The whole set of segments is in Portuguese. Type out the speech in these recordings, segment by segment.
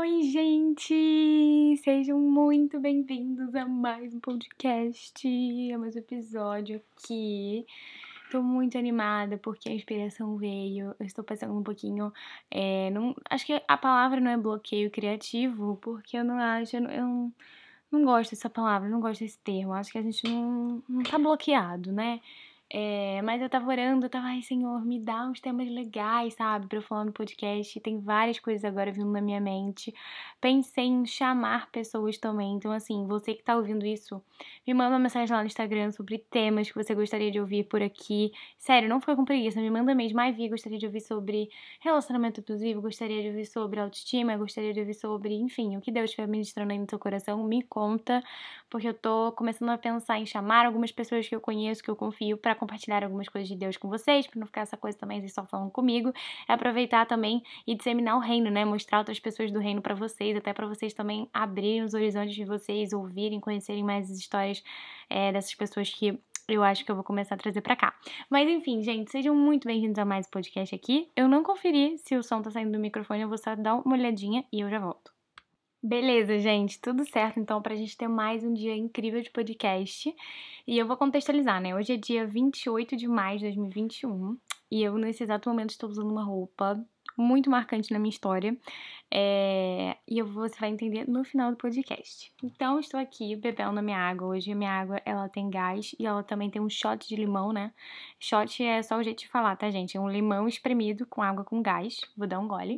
Oi, gente! Sejam muito bem-vindos a mais um podcast, a mais um episódio aqui. Tô muito animada porque a inspiração veio. Eu estou passando um pouquinho. Acho que a palavra não é bloqueio criativo, porque eu não acho. Eu não gosto dessa palavra, não gosto desse termo. Acho que a gente não tá bloqueado, né? Mas eu tava orando, eu tava, ai, Senhor, me dá uns temas legais, sabe, pra eu falar no podcast. Tem várias coisas agora vindo na minha mente. Pensei em chamar pessoas também. Então, assim, você que tá ouvindo isso, me manda uma mensagem lá no Instagram sobre temas que você gostaria de ouvir por aqui. Sério, não fica com preguiça, me manda mesmo. Ai, Vi, gostaria de ouvir sobre relacionamento abusivo, gostaria de ouvir sobre autoestima, gostaria de ouvir sobre, enfim, o que Deus estiver ministrando aí no seu coração, me conta, porque eu tô começando a pensar em chamar algumas pessoas que eu conheço, que eu confio, pra compartilhar algumas coisas de Deus com vocês, pra não ficar essa coisa também só falando comigo. É aproveitar também e disseminar o reino, né? Mostrar outras pessoas do reino pra vocês, até pra vocês também abrirem os horizontes de vocês, ouvirem, conhecerem mais as histórias dessas pessoas que eu acho que eu vou começar a trazer pra cá. Mas enfim, gente, sejam muito bem-vindos a mais um podcast aqui. Eu não conferi se o som tá saindo do microfone, eu vou só dar uma olhadinha e eu já volto. Beleza, gente, tudo certo então pra gente ter mais um dia incrível de podcast. E eu vou contextualizar, né? Hoje é dia 28 de maio de 2021 e eu, nesse exato momento, estou usando uma roupa muito marcante na minha história. Você vai entender no final do podcast. Então, estou aqui bebendo a minha água. Hoje a minha água, ela tem gás e ela também tem um shot de limão, né? Shot é só o jeito de falar, tá, gente? É um limão espremido com água com gás. Vou dar um gole.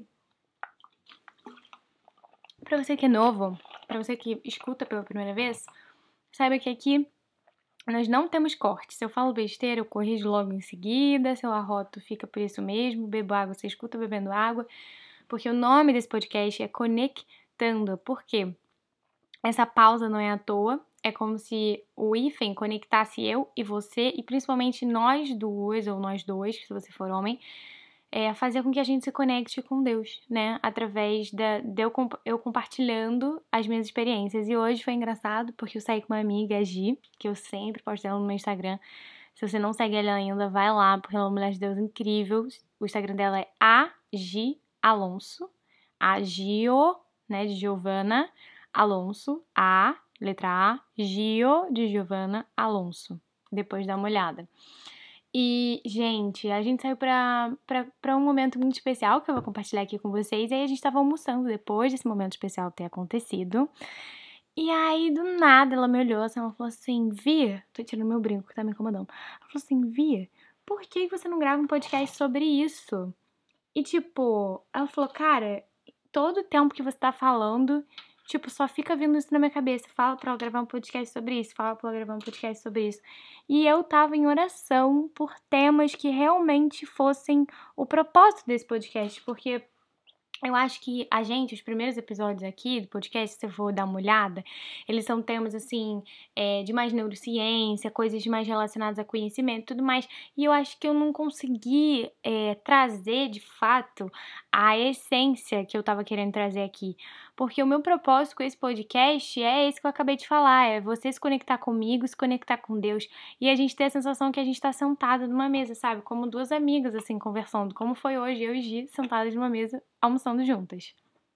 Pra você que é novo, pra você que escuta pela primeira vez, saiba que aqui nós não temos corte. Se eu falo besteira, eu corrijo logo em seguida. Se eu arroto, fica por isso mesmo. Bebo água, você escuta bebendo água. Porque o nome desse podcast é Conectando. Por quê? Essa pausa não é à toa. É como se o hífen conectasse eu e você, e principalmente nós duas, ou nós dois, se você for homem, fazer com que a gente se conecte com Deus, né? Através de eu compartilhando as minhas experiências. E hoje foi engraçado porque eu saí com uma amiga, a Gi, que eu sempre posto ela no meu Instagram. Se você não segue ela ainda, vai lá, porque ela é uma mulher de Deus incrível. O Instagram dela é AGiAlonso. Agio, né, de Giovana Alonso. Letra A, Gio de Giovana Alonso. Depois dá uma olhada. E, gente, a gente saiu pra um momento muito especial que eu vou compartilhar aqui com vocês. E aí a gente tava almoçando depois desse momento especial ter acontecido. E aí, do nada, ela me olhou assim, ela falou assim, Vi, tô tirando meu brinco que tá me incomodando. Ela falou assim, Vi, por que você não grava um podcast sobre isso? E tipo, ela falou, cara, todo o tempo que você tá falando, tipo, só fica vindo isso na minha cabeça. Fala pra ela gravar um podcast sobre isso, fala pra ela gravar um podcast sobre isso. E eu tava em oração por temas que realmente fossem o propósito desse podcast, porque eu acho que os primeiros episódios aqui do podcast, se você for dar uma olhada, eles são temas, assim, de mais neurociência, coisas mais relacionadas a conhecimento e tudo mais. E eu acho que eu não consegui trazer, de fato, a essência que eu tava querendo trazer aqui. Porque o meu propósito com esse podcast é esse que eu acabei de falar, é você se conectar comigo, se conectar com Deus. E a gente ter a sensação que a gente tá sentada numa mesa, sabe? Como duas amigas, assim, conversando. Como foi hoje, eu e Gi, sentadas numa mesa, almoçando juntas.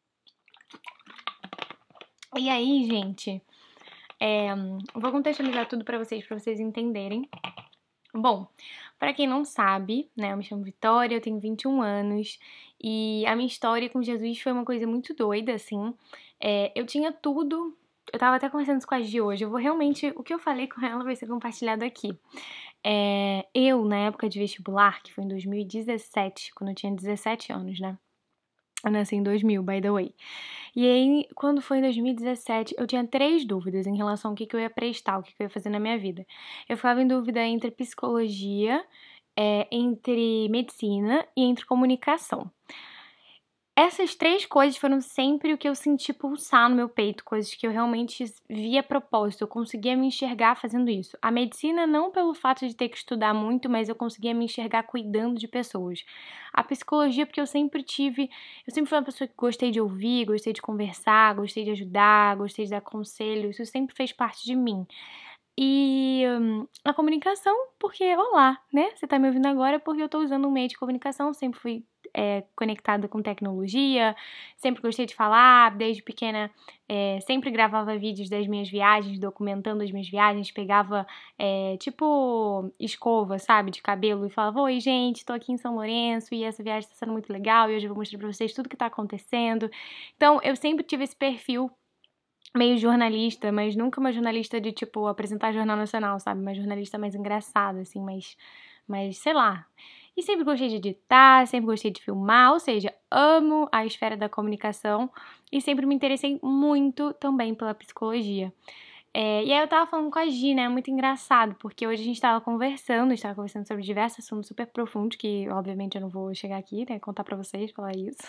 E aí, gente, vou contextualizar tudo pra vocês entenderem. Bom, pra quem não sabe, né, eu me chamo Vitória, eu tenho 21 anos e a minha história com Jesus foi uma coisa muito doida, assim. Eu tinha tudo, eu tava até conversando isso com a Gi hoje, o que eu falei com ela vai ser compartilhado aqui. Eu, na época de vestibular, que foi em 2017, quando eu tinha 17 anos, né? Eu nasci em 2000, by the way. E aí, quando foi em 2017, eu tinha 3 dúvidas em relação ao que eu ia prestar, o que eu ia fazer na minha vida. Eu ficava em dúvida entre psicologia, entre medicina e entre comunicação. Essas 3 coisas foram sempre o que eu senti pulsar no meu peito, coisas que eu realmente via propósito, eu conseguia me enxergar fazendo isso. A medicina não pelo fato de ter que estudar muito, mas eu conseguia me enxergar cuidando de pessoas. A psicologia porque eu sempre fui uma pessoa que gostei de ouvir, gostei de conversar, gostei de ajudar, gostei de dar conselho, isso sempre fez parte de mim. E a comunicação, porque, olá, né? Você tá me ouvindo agora porque eu tô usando um meio de comunicação, sempre fui conectada com tecnologia, sempre gostei de falar, desde pequena sempre gravava vídeos das minhas viagens, documentando as minhas viagens, pegava tipo escova, sabe, de cabelo e falava, oi gente, tô aqui em São Lourenço e essa viagem tá sendo muito legal e hoje eu vou mostrar pra vocês tudo que tá acontecendo. Então eu sempre tive esse perfil meio jornalista, mas nunca uma jornalista de, tipo, apresentar Jornal Nacional, sabe? Uma jornalista mais engraçada, assim, mas sei lá. E sempre gostei de editar, sempre gostei de filmar, ou seja, amo a esfera da comunicação e sempre me interessei muito também pela psicologia. E aí eu tava falando com a Gi, né? Muito engraçado, porque hoje a gente tava conversando sobre diversos assuntos super profundos, que obviamente eu não vou chegar aqui, né? Contar pra vocês, falar isso.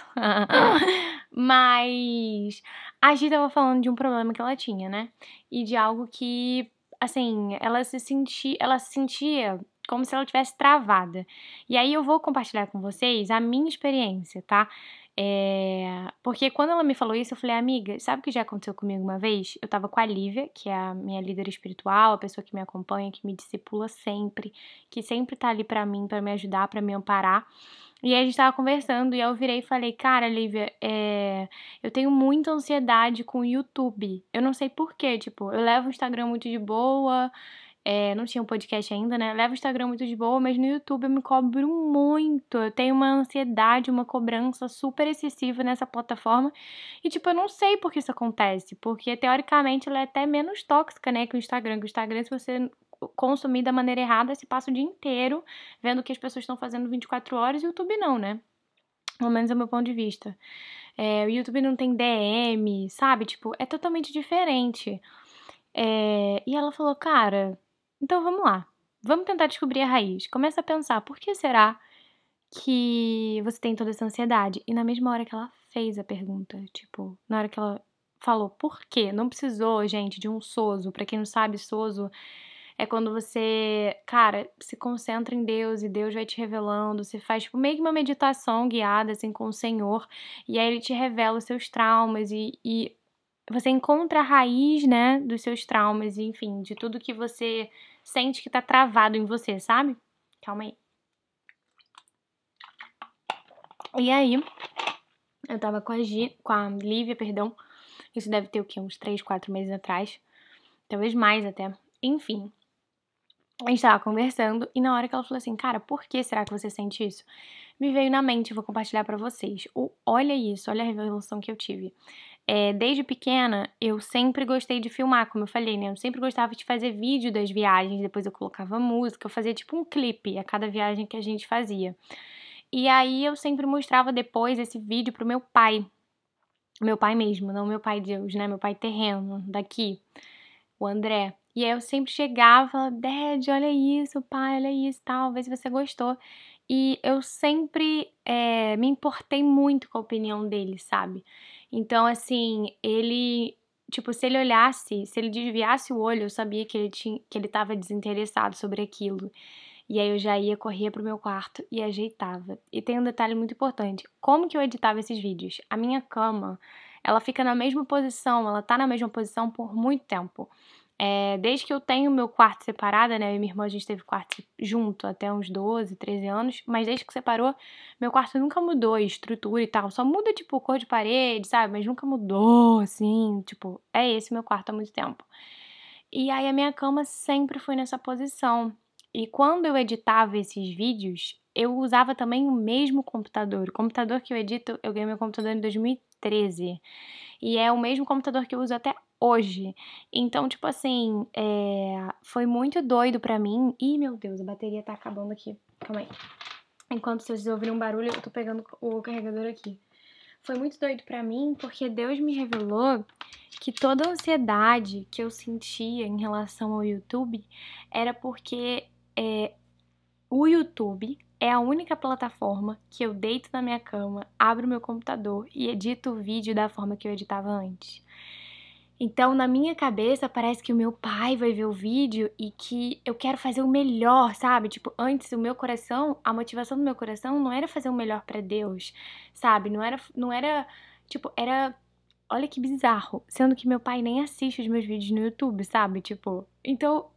Mas a Gi tava falando de um problema que ela tinha, né? E de algo que, assim, ela se sentia como se ela tivesse travada. E aí eu vou compartilhar com vocês a minha experiência, tá? Porque quando ela me falou isso, eu falei, amiga, sabe o que já aconteceu comigo uma vez? Eu tava com a Lívia, que é a minha líder espiritual, a pessoa que me acompanha, que me discipula sempre, que sempre tá ali pra mim, pra me ajudar, pra me amparar. E aí a gente tava conversando e eu virei e falei, cara, Lívia, eu tenho muita ansiedade com o YouTube. Eu não sei por quê, tipo, eu levo o Instagram muito de boa, não tinha um podcast ainda, né? Eu levo o Instagram muito de boa, mas no YouTube eu me cobro muito. Eu tenho uma ansiedade, uma cobrança super excessiva nessa plataforma. E, tipo, eu não sei por que isso acontece. Porque, teoricamente, ela é até menos tóxica, né, que o Instagram. Que o Instagram, se você consumir da maneira errada, você passa o dia inteiro vendo o que as pessoas estão fazendo 24 horas. E o YouTube não, né? Pelo menos é o meu ponto de vista. O YouTube não tem DM, sabe? Tipo, é totalmente diferente. E ela falou, cara, então vamos lá. Vamos tentar descobrir a raiz. Começa a pensar, por que será que você tem toda essa ansiedade? E na mesma hora que ela fez a pergunta, tipo, na hora que ela falou, por quê? Não precisou, gente, de um SOSO. Pra quem não sabe, SOSO é quando você, cara, se concentra em Deus e Deus vai te revelando. Você faz, tipo, meio que uma meditação guiada, assim, com o Senhor. E aí ele te revela os seus traumas e você encontra a raiz, né, dos seus traumas e, enfim, de tudo que você sente que tá travado em você, sabe? Calma aí. E aí, eu tava com a Lívia, perdão. Isso deve ter o quê? Uns 3, 4 meses atrás. Talvez mais até. Enfim. A gente tava conversando e na hora que ela falou assim, cara, por que será que você sente isso? Me veio na mente, vou compartilhar pra vocês. Olha isso, olha a revelação que eu tive. Desde pequena, eu sempre gostei de filmar, como eu falei, né? Eu sempre gostava de fazer vídeo das viagens, depois eu colocava música, eu fazia tipo um clipe a cada viagem que a gente fazia. E aí eu sempre mostrava depois esse vídeo pro meu pai mesmo, não meu pai Deus, né? Meu pai terreno, daqui, o André. E aí eu sempre chegava e falava, Dad, olha isso, pai, olha isso, tal, vê se você gostou. E eu sempre me importei muito com a opinião dele, sabe? Então, assim, ele, tipo, se ele olhasse, se ele desviasse o olho, eu sabia que ele tava desinteressado sobre aquilo. E aí eu já ia, correr pro meu quarto e ajeitava. E tem um detalhe muito importante. Como que eu editava esses vídeos? A minha cama, ela fica na mesma posição, ela tá na mesma posição por muito tempo. Desde que eu tenho meu quarto separado, né? Eu e minha irmã, a gente teve quarto junto até uns 12, 13 anos. Mas desde que separou, meu quarto nunca mudou a estrutura e tal. Só muda, tipo, cor de parede, sabe? Mas nunca mudou, assim. Tipo, é esse meu quarto há muito tempo. E aí a minha cama sempre foi nessa posição. E quando eu editava esses vídeos, eu usava também o mesmo computador. O computador que eu edito, eu ganhei meu computador em 2013. E é o mesmo computador que eu uso até hoje. Então, tipo assim, foi muito doido pra mim. Ih, meu Deus, a bateria tá acabando aqui. Calma aí. Enquanto vocês ouvirem um barulho, eu tô pegando o carregador aqui. Foi muito doido pra mim, porque Deus me revelou que toda a ansiedade que eu sentia em relação ao YouTube era porque o YouTube é a única plataforma que eu deito na minha cama, abro meu computador e edito o vídeo da forma que eu editava antes. Então, na minha cabeça, parece que o meu pai vai ver o vídeo e que eu quero fazer o melhor, sabe? Tipo, antes o meu coração, a motivação do meu coração não era fazer o melhor pra Deus, sabe? Não era, tipo, era, olha que bizarro, sendo que meu pai nem assiste os meus vídeos no YouTube, sabe? Tipo, então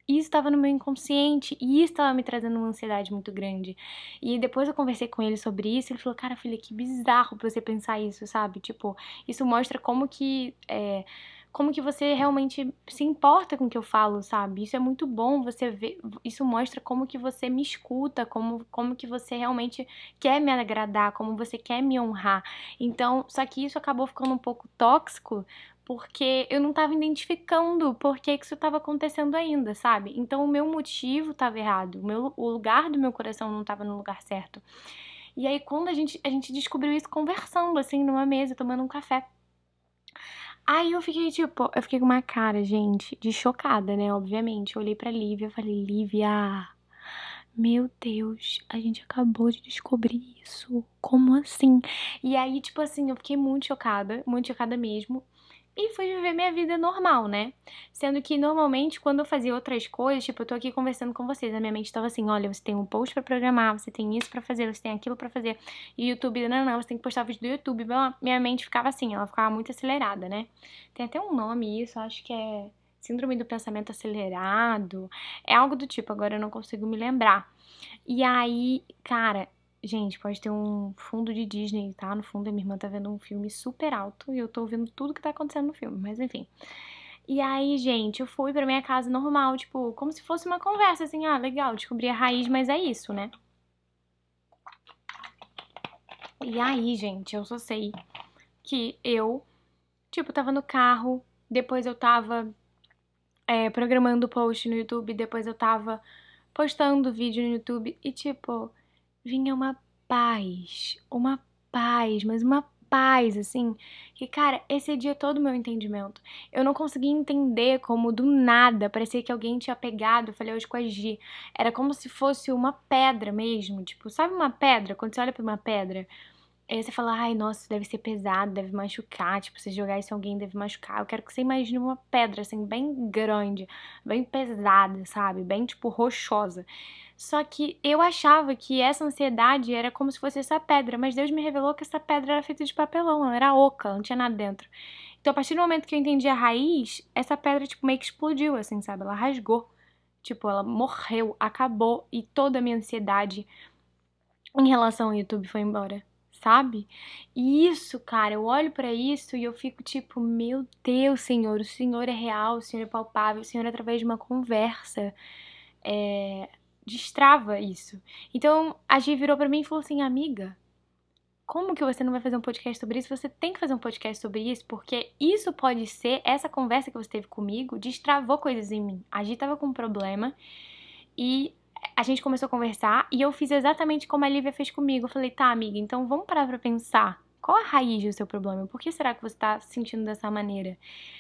isso estava no meu inconsciente e isso estava me trazendo uma ansiedade muito grande. E depois eu conversei com ele sobre isso, ele falou, cara, filha, que bizarro você pensar isso, sabe? Tipo, isso mostra como que você realmente se importa com o que eu falo, sabe? Isso é muito bom você ver, isso mostra como que você me escuta, como que você realmente quer me agradar, como você quer me honrar. Então, só que isso acabou ficando um pouco tóxico, porque eu não estava identificando por que isso estava acontecendo ainda, sabe? Então o meu motivo estava errado, o lugar do meu coração não estava no lugar certo. E aí quando a gente descobriu isso conversando, assim, numa mesa, tomando um café. Aí eu fiquei, tipo, eu fiquei com uma cara, gente, de chocada, né? Obviamente. Eu olhei pra Lívia e falei, Lívia, meu Deus, a gente acabou de descobrir isso. Como assim? E aí, tipo assim, eu fiquei muito chocada mesmo. E fui viver minha vida normal, né? Sendo que normalmente quando eu fazia outras coisas, tipo, eu tô aqui conversando com vocês, a minha mente tava assim, olha, você tem um post pra programar, você tem isso pra fazer, você tem aquilo pra fazer, e YouTube, não, você tem que postar vídeo do YouTube. Minha mente ficava assim, ela ficava muito acelerada, né? Tem até um nome isso, acho que é síndrome do pensamento acelerado, é algo do tipo, agora eu não consigo me lembrar. E aí, cara, gente, pode ter um fundo de Disney, tá? No fundo, a minha irmã tá vendo um filme super alto e eu tô ouvindo tudo que tá acontecendo no filme, mas enfim. E aí, gente, eu fui pra minha casa normal, tipo, como se fosse uma conversa, assim, ah, legal, descobri a raiz, mas é isso, né? E aí, gente, eu só sei que eu, tipo, tava no carro, depois eu tava programando post no YouTube, depois eu tava postando vídeo no YouTube e, tipo, vinha uma paz, mas uma paz, assim, que, cara, excedia todo o meu entendimento. Eu não conseguia entender como, do nada, parecia que alguém tinha pegado, eu falei hoje com a Gi, era como se fosse uma pedra mesmo, tipo, sabe uma pedra? Quando você olha pra uma pedra, aí você fala, ai, nossa, isso deve ser pesado, deve machucar, tipo, se jogar isso em alguém deve machucar. Eu quero que você imagine uma pedra, assim, bem grande, bem pesada, sabe? Bem, tipo, rochosa. Só que eu achava que essa ansiedade era como se fosse essa pedra, mas Deus me revelou que essa pedra era feita de papelão, ela era oca, não tinha nada dentro. Então, a partir do momento que eu entendi a raiz, essa pedra, tipo, meio que explodiu, assim, sabe? Ela rasgou. Tipo, ela morreu, acabou, e toda a minha ansiedade em relação ao YouTube foi embora, sabe? E isso, cara, eu olho pra isso e eu fico tipo, meu Deus, Senhor, o Senhor é real, o Senhor é palpável, o Senhor através de uma conversa destrava isso. Então a Gi virou pra mim e falou assim, amiga, como que você não vai fazer um podcast sobre isso? Você tem que fazer um podcast sobre isso, porque isso pode ser, essa conversa que você teve comigo, destravou coisas em mim. A Gi tava com um problema e a gente começou a conversar e eu fiz exatamente como a Lívia fez comigo. Eu falei, tá, amiga, então vamos parar pra pensar. Qual a raiz do seu problema? Por que será que você tá se sentindo dessa maneira?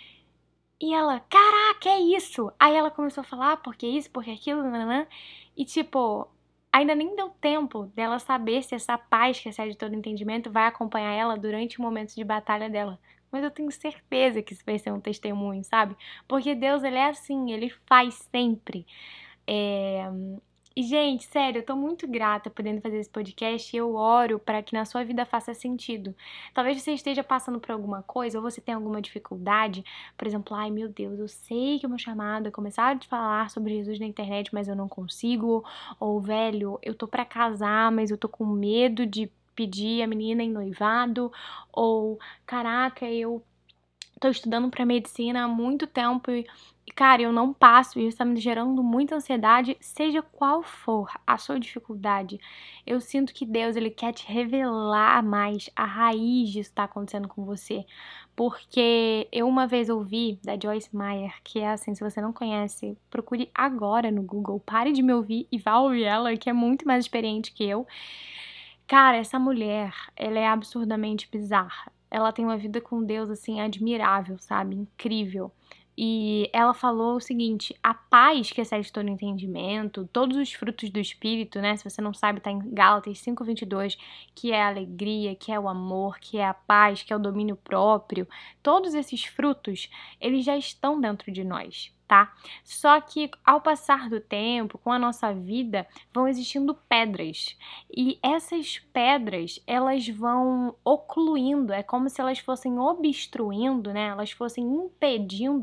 E ela, caraca, é isso! Aí ela começou a falar, porque isso, porque aquilo, nananã. E tipo, ainda nem deu tempo dela saber se essa paz que excede todo entendimento vai acompanhar ela durante o momento de batalha dela. Mas eu tenho certeza que isso vai ser um testemunho, sabe? Porque Deus, ele é assim, ele faz sempre. É... E, gente, sério, eu tô muito grata podendo fazer esse podcast e eu oro para que na sua vida faça sentido. Talvez você esteja passando por alguma coisa ou você tenha alguma dificuldade, por exemplo, ai meu Deus, eu sei que o meu chamado é começar a falar sobre Jesus na internet, mas eu não consigo. Ou, velho, eu tô pra casar, mas eu tô com medo de pedir a menina em noivado. Ou, caraca, eu tô estudando pra medicina há muito tempo e, cara, eu não passo e isso tá me gerando muita ansiedade, seja qual for a sua dificuldade. Eu sinto que Deus, ele quer te revelar mais a raiz disso que tá acontecendo com você. Porque eu uma vez ouvi da Joyce Meyer, que é assim, se você não conhece, procure agora no Google, pare de me ouvir e vá ouvir ela, que é muito mais experiente que eu. Cara, essa mulher, ela é absurdamente bizarra. Ela tem uma vida com Deus, assim, admirável, sabe? Incrível. E ela falou o seguinte: a paz que excede todo entendimento, todos os frutos do Espírito, né? Se você não sabe, tá em Gálatas 5:22, que é a alegria, que é o amor, que é a paz, que é o domínio próprio. Todos esses frutos, eles já estão dentro de nós, tá? Só que ao passar do tempo, com a nossa vida, vão existindo pedras. E essas pedras, elas vão ocluindo, é como se elas fossem obstruindo, né? Elas fossem impedindo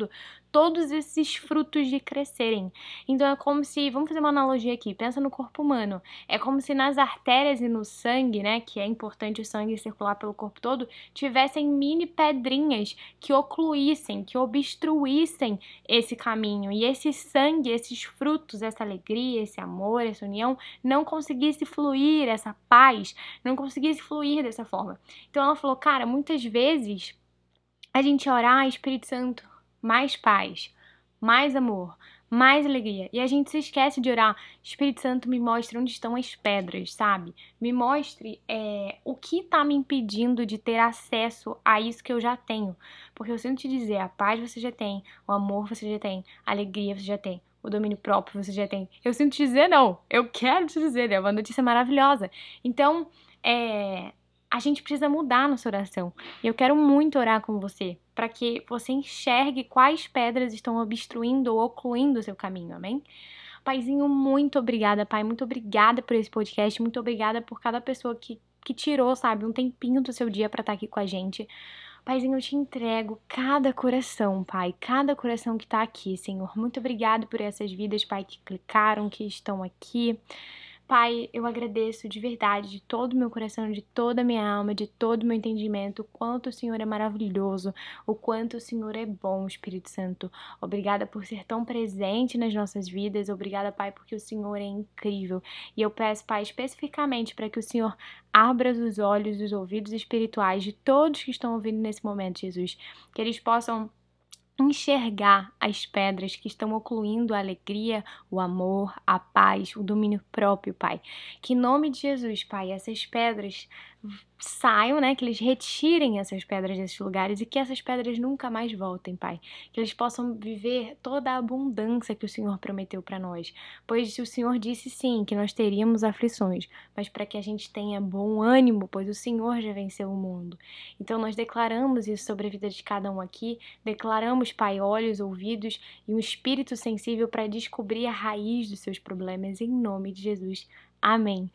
todos esses frutos de crescerem. Então é como se, vamos fazer uma analogia aqui, pensa no corpo humano. É como se nas artérias e no sangue, né, que é importante o sangue circular pelo corpo todo, tivessem mini pedrinhas que ocluíssem, que obstruíssem esse caminho. E esse sangue, esses frutos, essa alegria, esse amor, essa união, não conseguisse fluir, essa paz, não conseguisse fluir dessa forma. Então ela falou, cara, muitas vezes a gente orar, Espírito Santo, mais paz, mais amor, mais alegria. E a gente se esquece de orar, Espírito Santo, me mostre onde estão as pedras, sabe? Me mostre o que tá me impedindo de ter acesso a isso que eu já tenho. Porque eu sinto te dizer, a paz você já tem, o amor você já tem, a alegria você já tem, o domínio próprio você já tem. Eu sinto te dizer, não. Eu quero te dizer, é uma notícia maravilhosa. Então, a gente precisa mudar a nossa oração. E eu quero muito orar com você, para que você enxergue quais pedras estão obstruindo ou ocluindo o seu caminho, amém? Paizinho, muito obrigada, Pai. Muito obrigada por esse podcast. Muito obrigada por cada pessoa que tirou, sabe, um tempinho do seu dia para estar aqui com a gente. Paizinho, eu te entrego cada coração, Pai. Cada coração que tá aqui, Senhor. Muito obrigada por essas vidas, Pai, que clicaram, que estão aqui. Pai, eu agradeço de verdade, de todo o meu coração, de toda a minha alma, de todo o meu entendimento, o quanto o Senhor é maravilhoso, o quanto o Senhor é bom, Espírito Santo. Obrigada por ser tão presente nas nossas vidas. Obrigada, Pai, porque o Senhor é incrível. E eu peço, Pai, especificamente para que o Senhor abra os olhos, os ouvidos espirituais de todos que estão ouvindo nesse momento, Jesus. Que eles possam enxergar as pedras que estão ocluindo a alegria, o amor, a paz, o domínio próprio, Pai. Que em nome de Jesus, Pai, essas pedras saiam, né? Que eles retirem essas pedras desses lugares e que essas pedras nunca mais voltem, Pai. Que eles possam viver toda a abundância que o Senhor prometeu para nós. Pois o Senhor disse sim, que nós teríamos aflições, mas para que a gente tenha bom ânimo, pois o Senhor já venceu o mundo. Então nós declaramos isso sobre a vida de cada um aqui, declaramos, Pai, olhos, ouvidos e um espírito sensível para descobrir a raiz dos seus problemas, em nome de Jesus. Amém.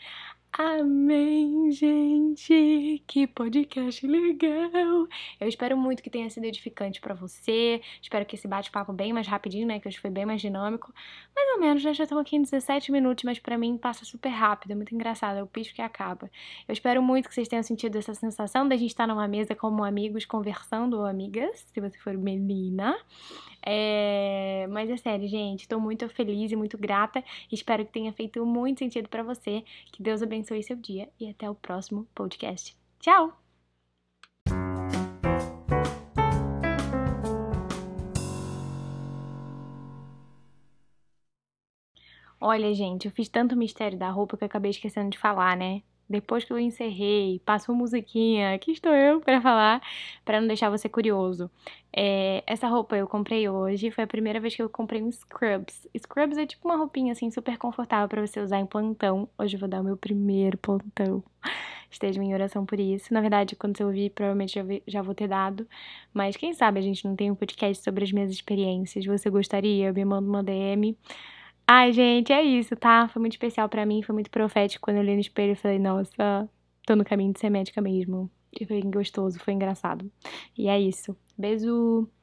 Amém, gente! Que podcast legal! Eu espero muito que tenha sido edificante pra você. Espero que esse bate-papo bem mais rapidinho, né? Que hoje foi bem mais dinâmico. Mais ou menos, né? Já estamos aqui em 17 minutos, mas pra mim passa super rápido. É muito engraçado, é o pisco que acaba. Eu espero muito que vocês tenham sentido essa sensação da gente estar numa mesa como amigos conversando, ou amigas, se você for menina. Mas é sério, gente. Tô muito feliz e muito grata. Espero que tenha feito muito sentido pra você. Que Deus abençoe seu dia e até o próximo podcast. Tchau! Olha, gente, eu fiz tanto mistério da roupa que eu acabei esquecendo de falar, né? Depois que eu encerrei, passou musiquinha, aqui estou eu para falar, para não deixar você curioso. Essa roupa eu comprei hoje, foi a primeira vez que eu comprei um Scrubs. Scrubs é tipo uma roupinha assim super confortável para você usar em plantão. Hoje eu vou dar o meu primeiro plantão. Estejam em oração por isso. Na verdade, quando você ouvir, provavelmente já vou ter dado. Mas quem sabe a gente não tem um podcast sobre as minhas experiências. Você gostaria? Me manda uma DM. Ai, gente, é isso, tá? Foi muito especial pra mim, foi muito profético quando eu olhei no espelho e falei, nossa, tô no caminho de ser médica mesmo. E foi gostoso, foi engraçado. E é isso. Beijo!